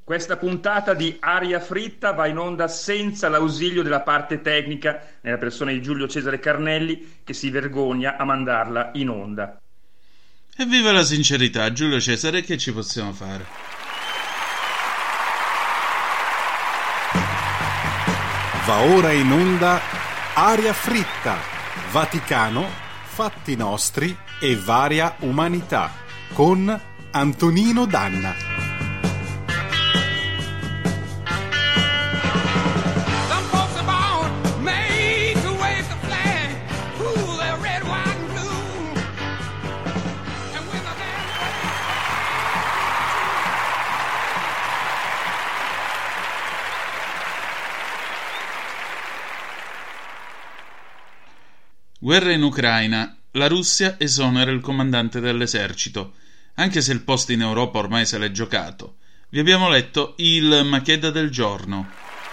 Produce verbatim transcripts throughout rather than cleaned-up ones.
Questa puntata di Aria Fritta va in onda senza l'ausilio della parte tecnica, nella persona di Giulio Cesare Carnelli, che si vergogna a mandarla in onda. Evviva la sincerità, Giulio Cesare, che ci possiamo fare? Va ora in onda Aria Fritta, Vaticano, fatti nostri e varia umanità, con Antonino Danna. Guerra in Ucraina. La Russia esonera il comandante dell'esercito, anche se il posto in Europa ormai se l'è giocato. Vi abbiamo letto il Macheda del giorno.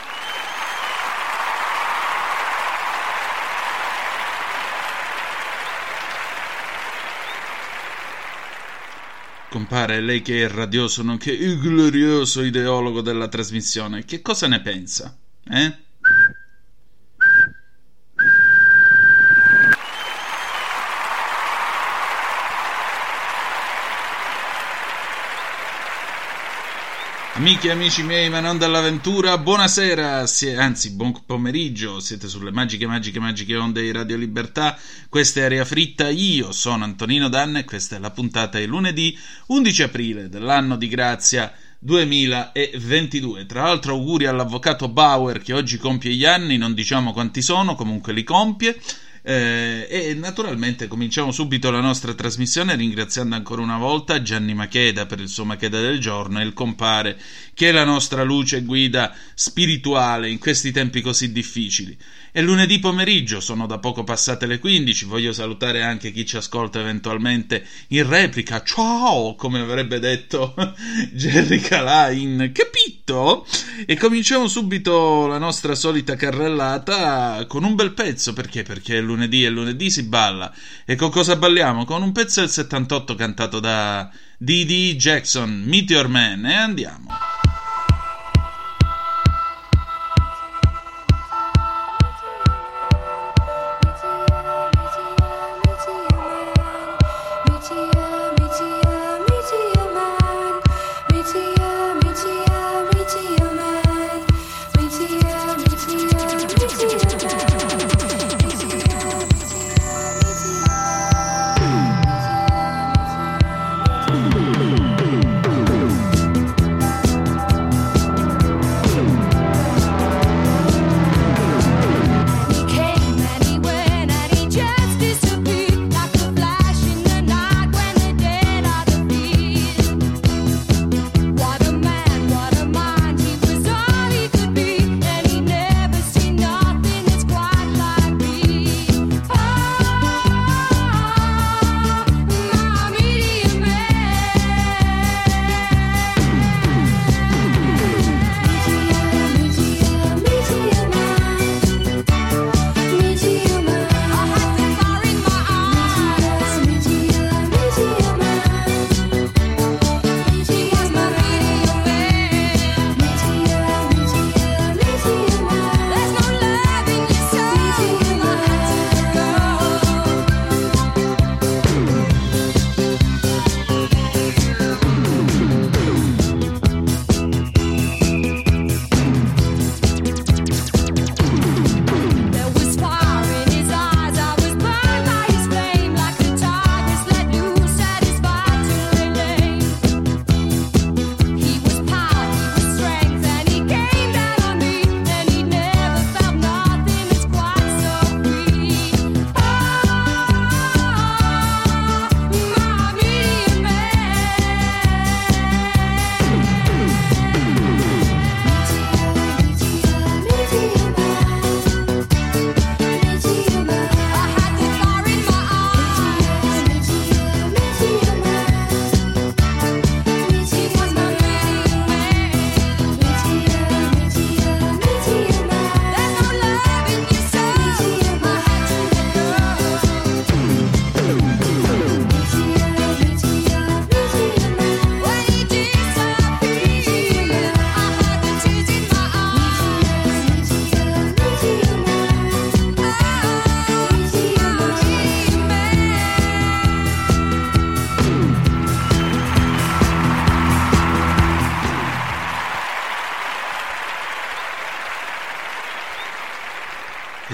Compare, lei che è radioso nonché il glorioso ideologo della trasmissione, che cosa ne pensa? Eh? Amiche e amici miei, ma non dall'avventura, buonasera, Sie- anzi buon pomeriggio, siete sulle magiche, magiche, magiche onde di Radio Libertà, questa è Aria Fritta, io sono Antonino Danna e questa è la puntata di lunedì undici aprile dell'anno di grazia duemilaventidue. Tra l'altro auguri all'avvocato Bauer che oggi compie gli anni, non diciamo quanti sono, comunque li compie. Eh, e naturalmente cominciamo subito la nostra trasmissione ringraziando ancora una volta Gianni Macheda per il suo Macheda del giorno e il compare che è la nostra luce e guida spirituale in questi tempi così difficili. È lunedì pomeriggio, sono da poco passate le quindici, voglio salutare anche chi ci ascolta eventualmente in replica, ciao, come avrebbe detto Jerry Calà in Capito? E cominciamo subito la nostra solita carrellata con un bel pezzo, perché? Perché è lunedì e lunedì si balla. E con cosa balliamo? Con un pezzo del settantotto cantato da D D Jackson, Meteor Man, e andiamo.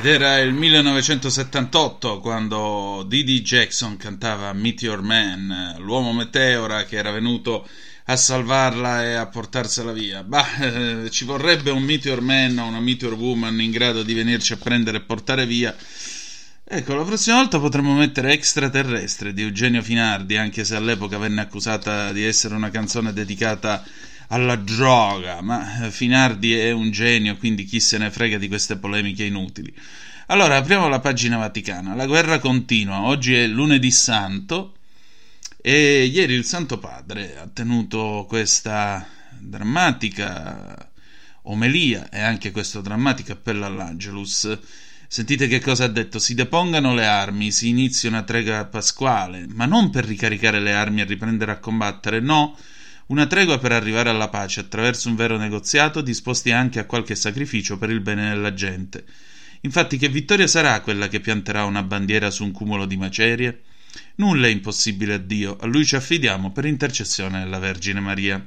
Ed era il millenovecentosettantotto quando Dee Jackson cantava Meteor Man, l'uomo meteora che era venuto a salvarla e a portarsela via. Bah, eh, ci vorrebbe un Meteor Man o una Meteor Woman in grado di venirci a prendere e portare via. Ecco, la prossima volta potremmo mettere Extraterrestre di Eugenio Finardi, anche se all'epoca venne accusata di essere una canzone dedicata alla droga, ma Finardi è un genio, quindi chi se ne frega di queste polemiche inutili. Allora, apriamo la pagina vaticana. La guerra continua, oggi è lunedì santo e ieri il Santo Padre ha tenuto questa drammatica omelia e anche questo drammatico appello all'Angelus. Sentite che cosa ha detto: si depongano le armi, si inizia una tregua pasquale, ma non per ricaricare le armi e riprendere a combattere, no, una tregua per arrivare alla pace attraverso un vero negoziato, disposti anche a qualche sacrificio per il bene della gente. Infatti, che vittoria sarà quella che pianterà una bandiera su un cumulo di macerie? Nulla è impossibile a Dio, a Lui ci affidiamo per intercessione della Vergine Maria.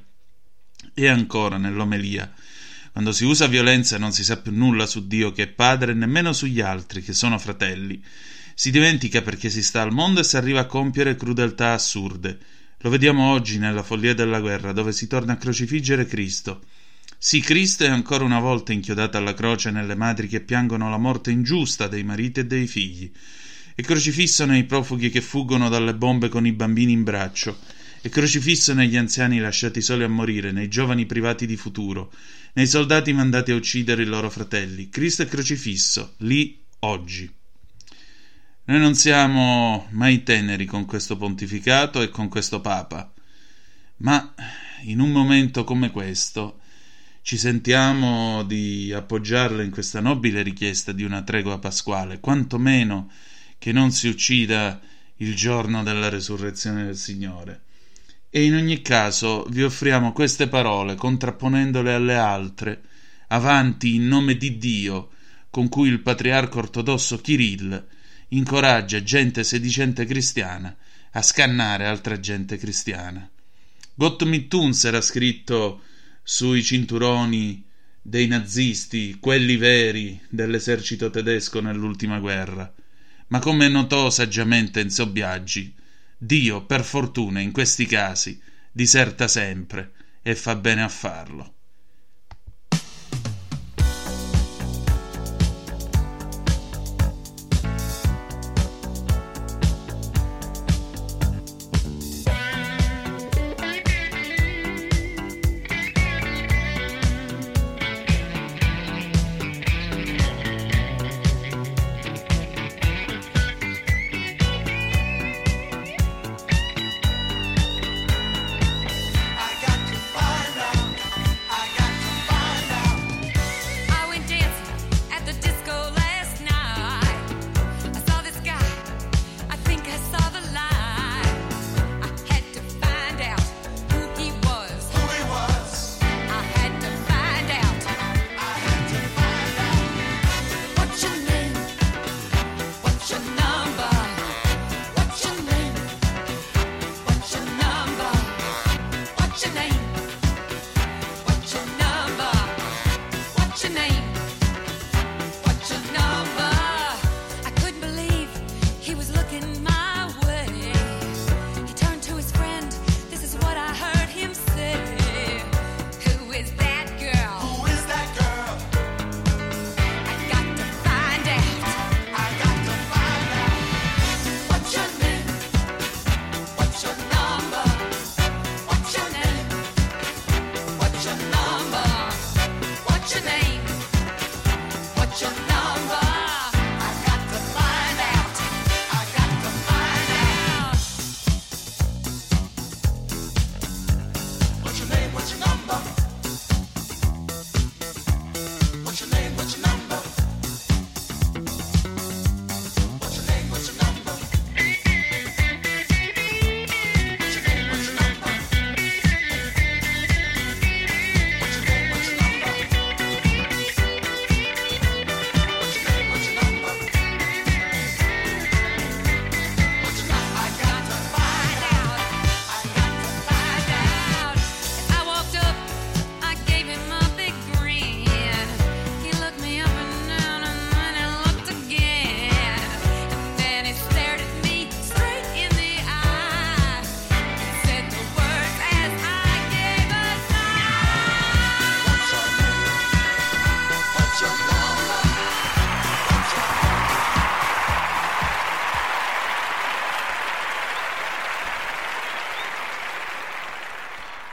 E ancora nell'omelia: quando si usa violenza e non si sa più nulla su Dio che è Padre, nemmeno sugli altri che sono fratelli. Si dimentica perché si sta al mondo e si arriva a compiere crudeltà assurde. Lo vediamo oggi nella follia della guerra, dove si torna a crocifiggere Cristo. Sì, Cristo è ancora una volta inchiodato alla croce nelle madri che piangono la morte ingiusta dei mariti e dei figli. È crocifisso nei profughi che fuggono dalle bombe con i bambini in braccio. È crocifisso negli anziani lasciati soli a morire, nei giovani privati di futuro, nei soldati mandati a uccidere i loro fratelli. Cristo è crocifisso, lì, oggi. Noi non siamo mai teneri con questo pontificato e con questo Papa, ma in un momento come questo ci sentiamo di appoggiarlo in questa nobile richiesta di una tregua pasquale, quantomeno che non si uccida il giorno della resurrezione del Signore. E in ogni caso vi offriamo queste parole, contrapponendole alle altre, avanti in nome di Dio, con cui il patriarca ortodosso Kirill incoraggia gente sedicente cristiana a scannare altra gente cristiana. Gott mit uns era scritto sui cinturoni dei nazisti, quelli veri dell'esercito tedesco nell'ultima guerra, ma come notò saggiamente Enzo Biagi, Dio, per fortuna, in questi casi diserta sempre e fa bene a farlo.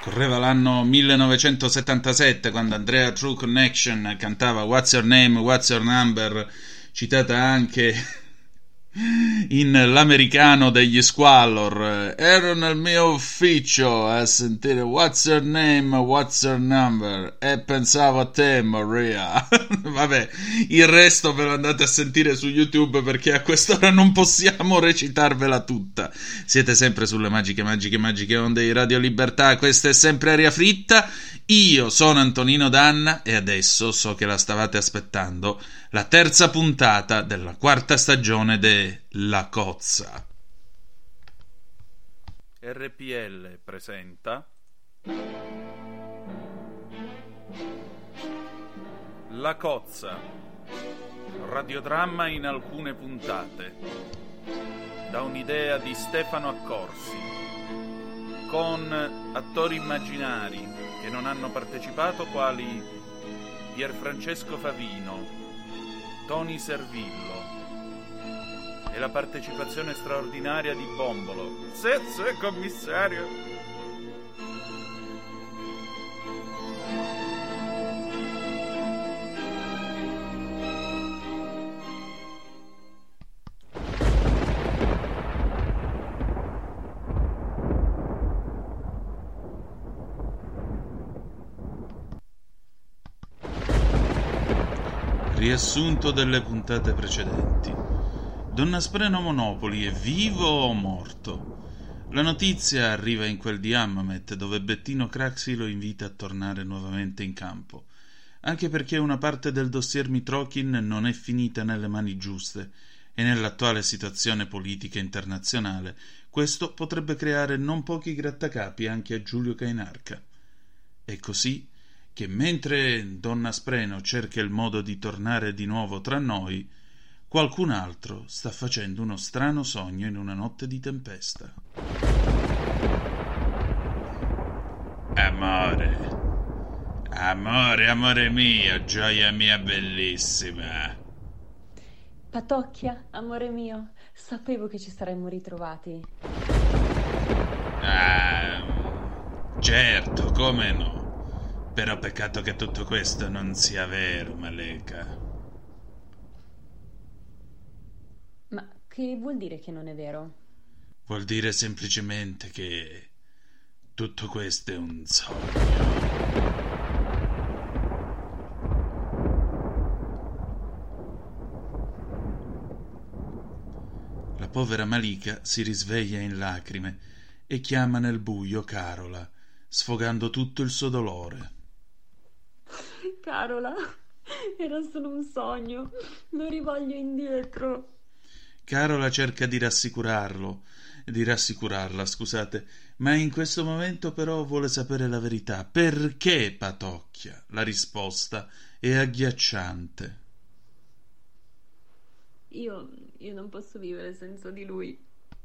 Correva l'anno millenovecentosettantasette quando Andrea True Connection cantava What's Your Name, What's Your Number, citata anche in L'americano degli Squallor. Ero nel mio ufficio a sentire What's Your Name, What's Your Number e pensavo a te, Maria. Vabbè, il resto ve lo andate a sentire su YouTube, perché a quest'ora non possiamo recitarvela tutta. Siete sempre sulle magiche, magiche, magiche onde di Radio Libertà. Questa è sempre Aria Fritta. Io sono Antonino Danna e adesso, so che la stavate aspettando, la terza puntata della quarta stagione de La Cozza. R P L presenta La Cozza, radiodramma in alcune puntate, da un'idea di Stefano Accorsi, con attori immaginari che non hanno partecipato, quali Pierfrancesco Favino, Tony Servillo e la partecipazione straordinaria di Bombolo. Sì, sì, commissario. Riassunto delle puntate precedenti. Donnaspreno Monopoli è vivo o morto? La notizia arriva in quel di Hammamet, dove Bettino Craxi lo invita a tornare nuovamente in campo, anche perché una parte del dossier Mitrokhin non è finita nelle mani giuste e nell'attuale situazione politica internazionale questo potrebbe creare non pochi grattacapi anche a Giulio Cainarca. È così che mentre Donnaspreno cerca il modo di tornare di nuovo tra noi, qualcun altro sta facendo uno strano sogno in una notte di tempesta. Amore, amore, amore mio, gioia mia bellissima. Patocchia, amore mio, sapevo che ci saremmo ritrovati. Ah, certo, come no. Però peccato che tutto questo non sia vero, Maleka. Ma che vuol dire che non è vero? Vuol dire semplicemente che tutto questo è un sogno. La povera Malika si risveglia in lacrime e chiama nel buio Carola, sfogando tutto il suo dolore. Carola, era solo un sogno, lo rivoglio indietro. Carola cerca di rassicurarlo, di rassicurarla, scusate, ma in questo momento però vuole sapere la verità. Perché Patocchia? La risposta è agghiacciante. Io, io non posso vivere senza di lui.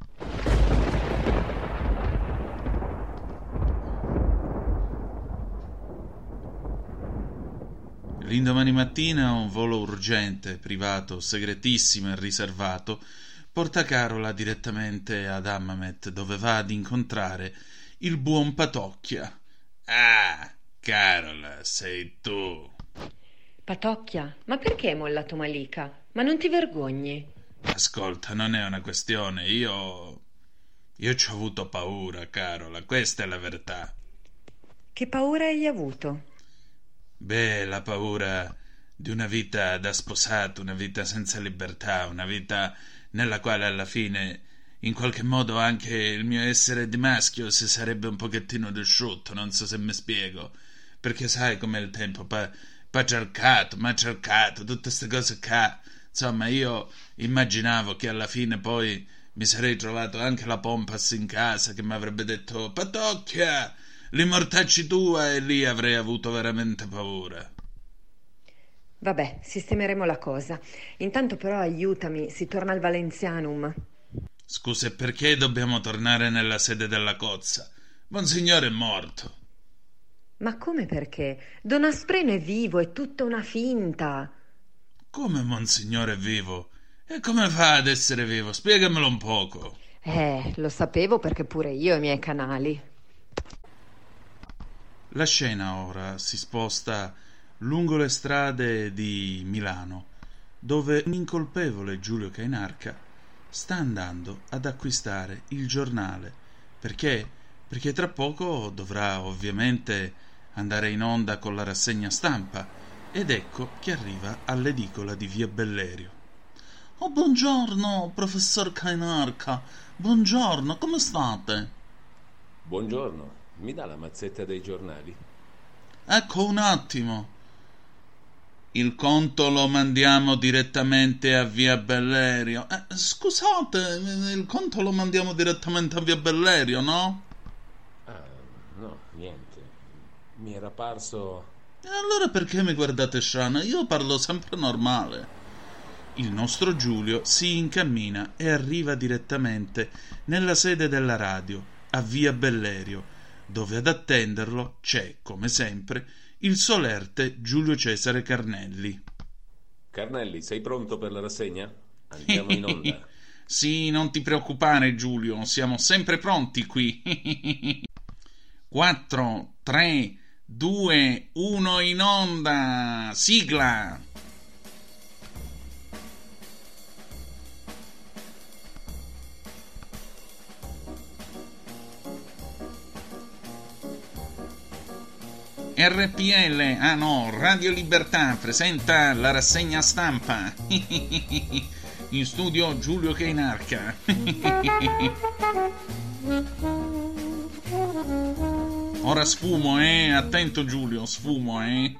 L'indomani mattina un volo urgente, privato, segretissimo e riservato porta Carola direttamente ad Hammamet, dove va ad incontrare il buon Patocchia. Ah, Carola, sei tu. Patocchia, ma perché hai mollato Malika? Ma non ti vergogni? Ascolta, non è una questione, io... io ci ho avuto paura, Carola, questa è la verità. Che paura hai avuto? Beh, la paura di una vita da sposato, una vita senza libertà, una vita nella quale alla fine, in qualche modo, anche il mio essere di maschio si sarebbe un pochettino disciutto, non so se mi spiego. Perché sai com'è il tempo, pa, pa cercato, ma cercato, tutte queste cose qua. Insomma, io immaginavo che alla fine poi mi sarei trovato anche la Pompas in casa che mi avrebbe detto Patocchia, li mortacci tua, e lì avrei avuto veramente paura. Vabbè, sistemeremo la cosa. Intanto però aiutami, si torna al Valenzianum. Scusa, e perché dobbiamo tornare nella sede della Cozza? Monsignore è morto. Ma come perché? Donnaspreno è vivo, è tutta una finta. Come Monsignore è vivo? E come fa ad essere vivo? Spiegamelo un poco. Eh, lo sapevo perché pure io ho i miei canali. La scena ora si sposta lungo le strade di Milano, dove un incolpevole Giulio Cainarca sta andando ad acquistare il giornale. Perché? Perché tra poco dovrà ovviamente andare in onda con la rassegna stampa, ed ecco che arriva all'edicola di via Bellerio. Oh, buongiorno, professor Cainarca, buongiorno, come state? Buongiorno, mi dà la mazzetta dei giornali? Ecco un attimo. Il conto lo mandiamo direttamente a via Bellerio. Eh, scusate, il conto lo mandiamo direttamente a via Bellerio, no? Ah, no, niente. Mi era parso... E allora perché mi guardate strana? Io parlo sempre normale. Il nostro Giulio si incammina e arriva direttamente nella sede della radio, a via Bellerio, dove ad attenderlo c'è, come sempre, il solerte Giulio Cesare Carnelli. Carnelli, sei pronto per la rassegna? Andiamo in onda. Sì, non ti preoccupare, Giulio, siamo sempre pronti qui. quattro, tre, due, uno, in onda. Sigla. R P L, ah no, Radio Libertà presenta la rassegna stampa. In studio Giulio Cainarca. Ora sfumo, eh? Attento Giulio, sfumo, eh?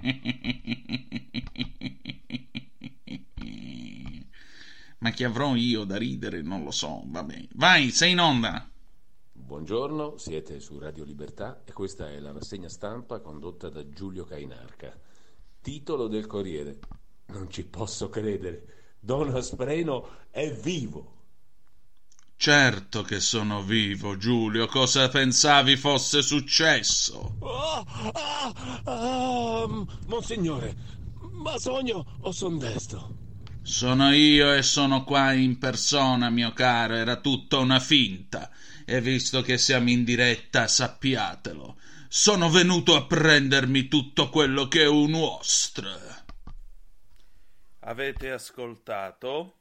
Ma che avrò io da ridere, non lo so, vabbè. Vai, sei in onda. Buongiorno, siete su Radio Libertà e questa è la rassegna stampa condotta da Giulio Cainarca. Titolo del Corriere: non ci posso credere, Don Aspreno è vivo. Certo che sono vivo, Giulio, cosa pensavi fosse successo? Oh, ah, ah, Monsignore, ma sogno o son desto? Sono io e sono qua in persona, mio caro, era tutta una finta. E visto che siamo in diretta, sappiatelo, sono venuto a prendermi tutto quello che è un vostro. Avete ascoltato?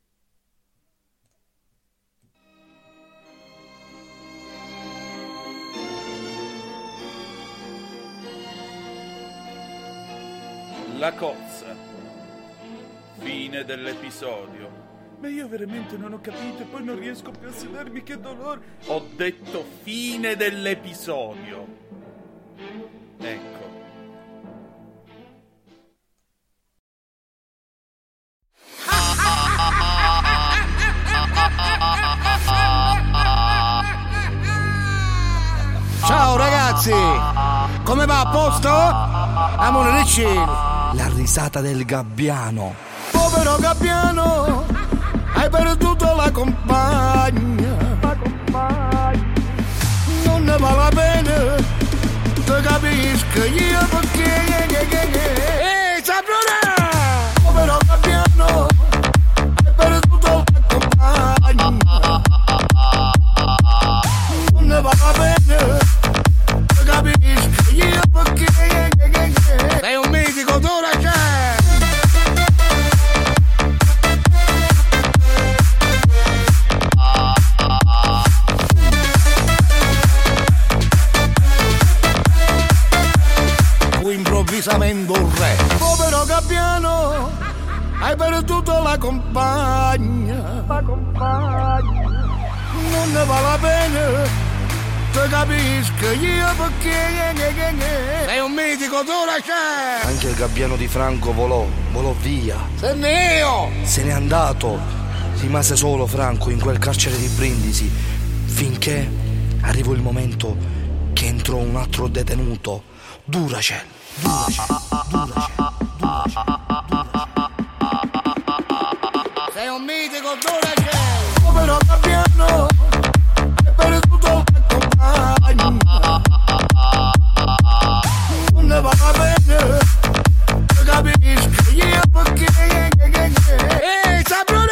La cozza. Fine dell'episodio. Ma io veramente non ho capito e poi non riesco più a sedermi, che dolore. Ho detto fine dell'episodio. Ecco. Ciao ragazzi, come va, a posto? Amore del cielo. La risata del gabbiano. Povero gabbiano, hai perduto la compagna. La compagna. Non ne vale la pena, te capisco io perché. Ehi, saprona! Povero gabbiano, hai perduto la compagna. Non ne vale la pena, te capisco io perché. Sei un mitico, tu la c'è! Improvvisamente un re. Povero gabbiano, hai perduto la compagna. La compagna. Non ne vale la pena, te capisco io perché. Sei un mitico, tu la c'è. Anche il gabbiano di Franco volò, volò via. Se ne io! Se n'è andato. Rimase solo Franco in quel carcere di Brindisi, finché arrivò il momento che entrò un altro detenuto. Duracell. Duracell, Duracell, Duracell, Duracell. Sei un mitico, Duracell! Povero gabbiano, hai perduto la compagna. Non ne vale la pena, te capisco io perché. Ehi, saprona!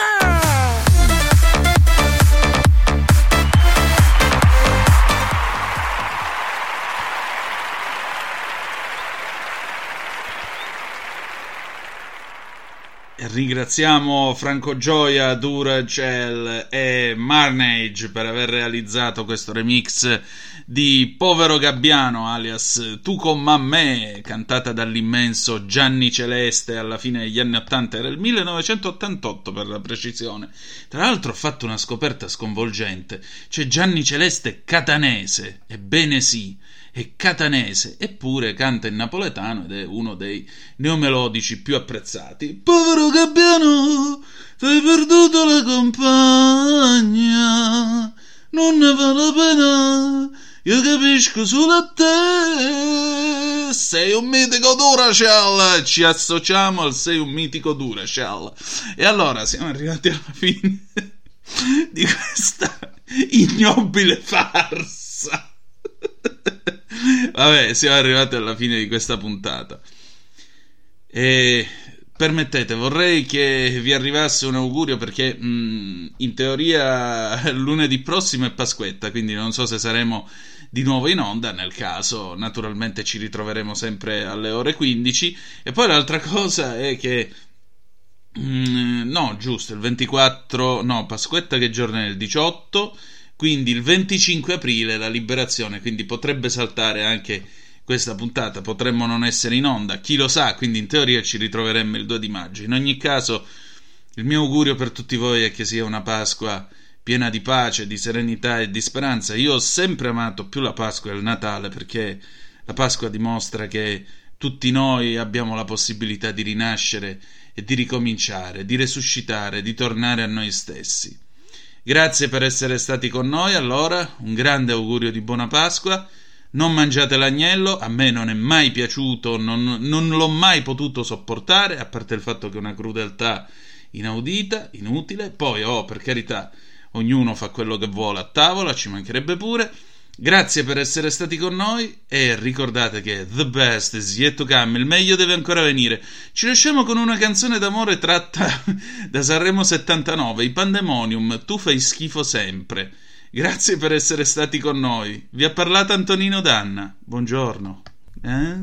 Ringraziamo Franco Gioia, Duracell e Marnage per aver realizzato questo remix di Povero Gabbiano alias Tu con Mammè, cantata dall'immenso Gianni Celeste alla fine degli anni ottanta, era il millenovecentottantotto per la precisione. Tra l'altro ho fatto una scoperta sconvolgente, c'è Gianni Celeste catanese, ebbene sì, è catanese, eppure canta in napoletano ed è uno dei neomelodici più apprezzati. Povero Gabbiano, t'hai perduto la compagna, non ne vale la pena, io capisco solo a te, sei un mitico Duracell, ci associamo al sei un mitico Duracell. E allora siamo arrivati alla fine di questa ignobile farsa. Vabbè, siamo arrivati alla fine di questa puntata e permettete, vorrei che vi arrivasse un augurio perché mh, in teoria lunedì prossimo è Pasquetta, quindi non so se saremo di nuovo in onda. Nel caso naturalmente ci ritroveremo sempre alle ore quindici. E poi l'altra cosa è che mh, no, giusto, il ventiquattro, no, Pasquetta che giorno è? Il diciotto, quindi il venticinque aprile la liberazione, quindi potrebbe saltare anche questa puntata, potremmo non essere in onda, chi lo sa, quindi in teoria ci ritroveremmo il due di maggio. In ogni caso il mio augurio per tutti voi è che sia una Pasqua piena di pace, di serenità e di speranza. Io ho sempre amato più la Pasqua e il Natale perché la Pasqua dimostra che tutti noi abbiamo la possibilità di rinascere e di ricominciare, di resuscitare, di tornare a noi stessi. Grazie per essere stati con noi. Allora, un grande augurio di buona Pasqua. Non mangiate l'agnello, a me non è mai piaciuto, non, non l'ho mai potuto sopportare, a parte il fatto che è una crudeltà inaudita, inutile. Poi, oh, per carità, ognuno fa quello che vuole a tavola, ci mancherebbe pure. Grazie per essere stati con noi e ricordate che the best is yet to come, il meglio deve ancora venire. Ci lasciamo con una canzone d'amore tratta da Sanremo settantanove, i Pandemonium, Tu fai schifo sempre. Grazie per essere stati con noi. Vi ha parlato Antonino Danna. Buongiorno. Eh?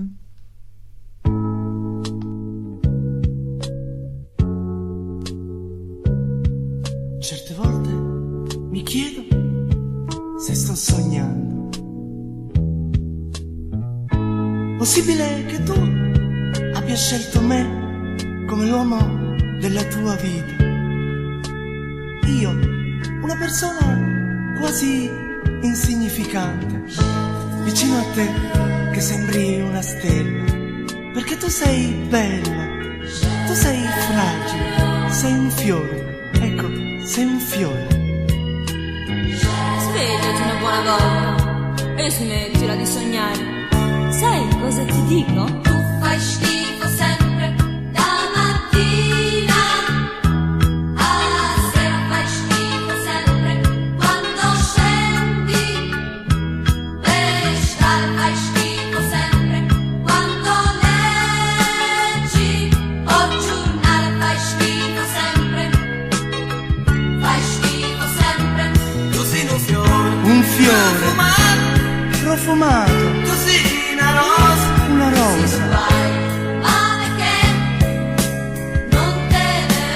Certe volte mi chiedo se sto sognando. Possibile che tu abbia scelto me come l'uomo della tua vita. Io, una persona quasi insignificante, vicino a te che sembri una stella, perché tu sei bella, tu sei fragile, sei un fiore, ecco, sei un fiore. Svegliati una buona volta e smettila di sognare. Sai cosa ti dico? Tu fai schifo sempre, da mattina alla sera fai schifo sempre, quando scendi per strada fai schifo sempre, quando leggi o giornale fai schifo sempre, fai schifo sempre. Tu sei un fiore, un fiore profumato, profumato. Tu sei una rosa, una rosa. Ma perché non te ne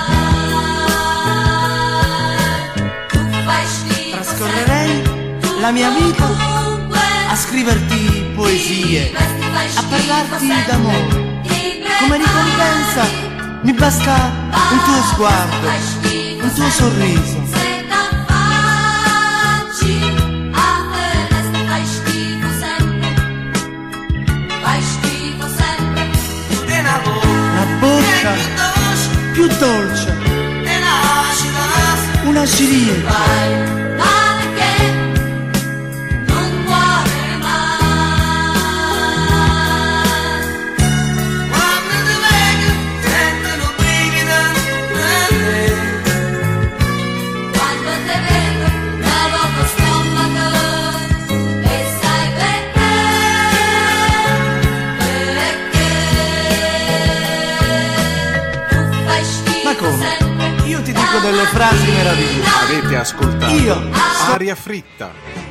vai? Tu fai schifo. Trascorrerei la mia vita a scriverti poesie, a parlarti d'amore. Come ricompensa mi basta un tuo sguardo, un tuo sorriso. Più dolce, una ciliegia. Ma perché non muore mai? Quando ti vedo sentono brividi, quando ti vedo provo lo stomaco e sai perché? Perché ma come? Io ti dico delle frasi meravigliose. Avete ascoltato Io Aria Fritta.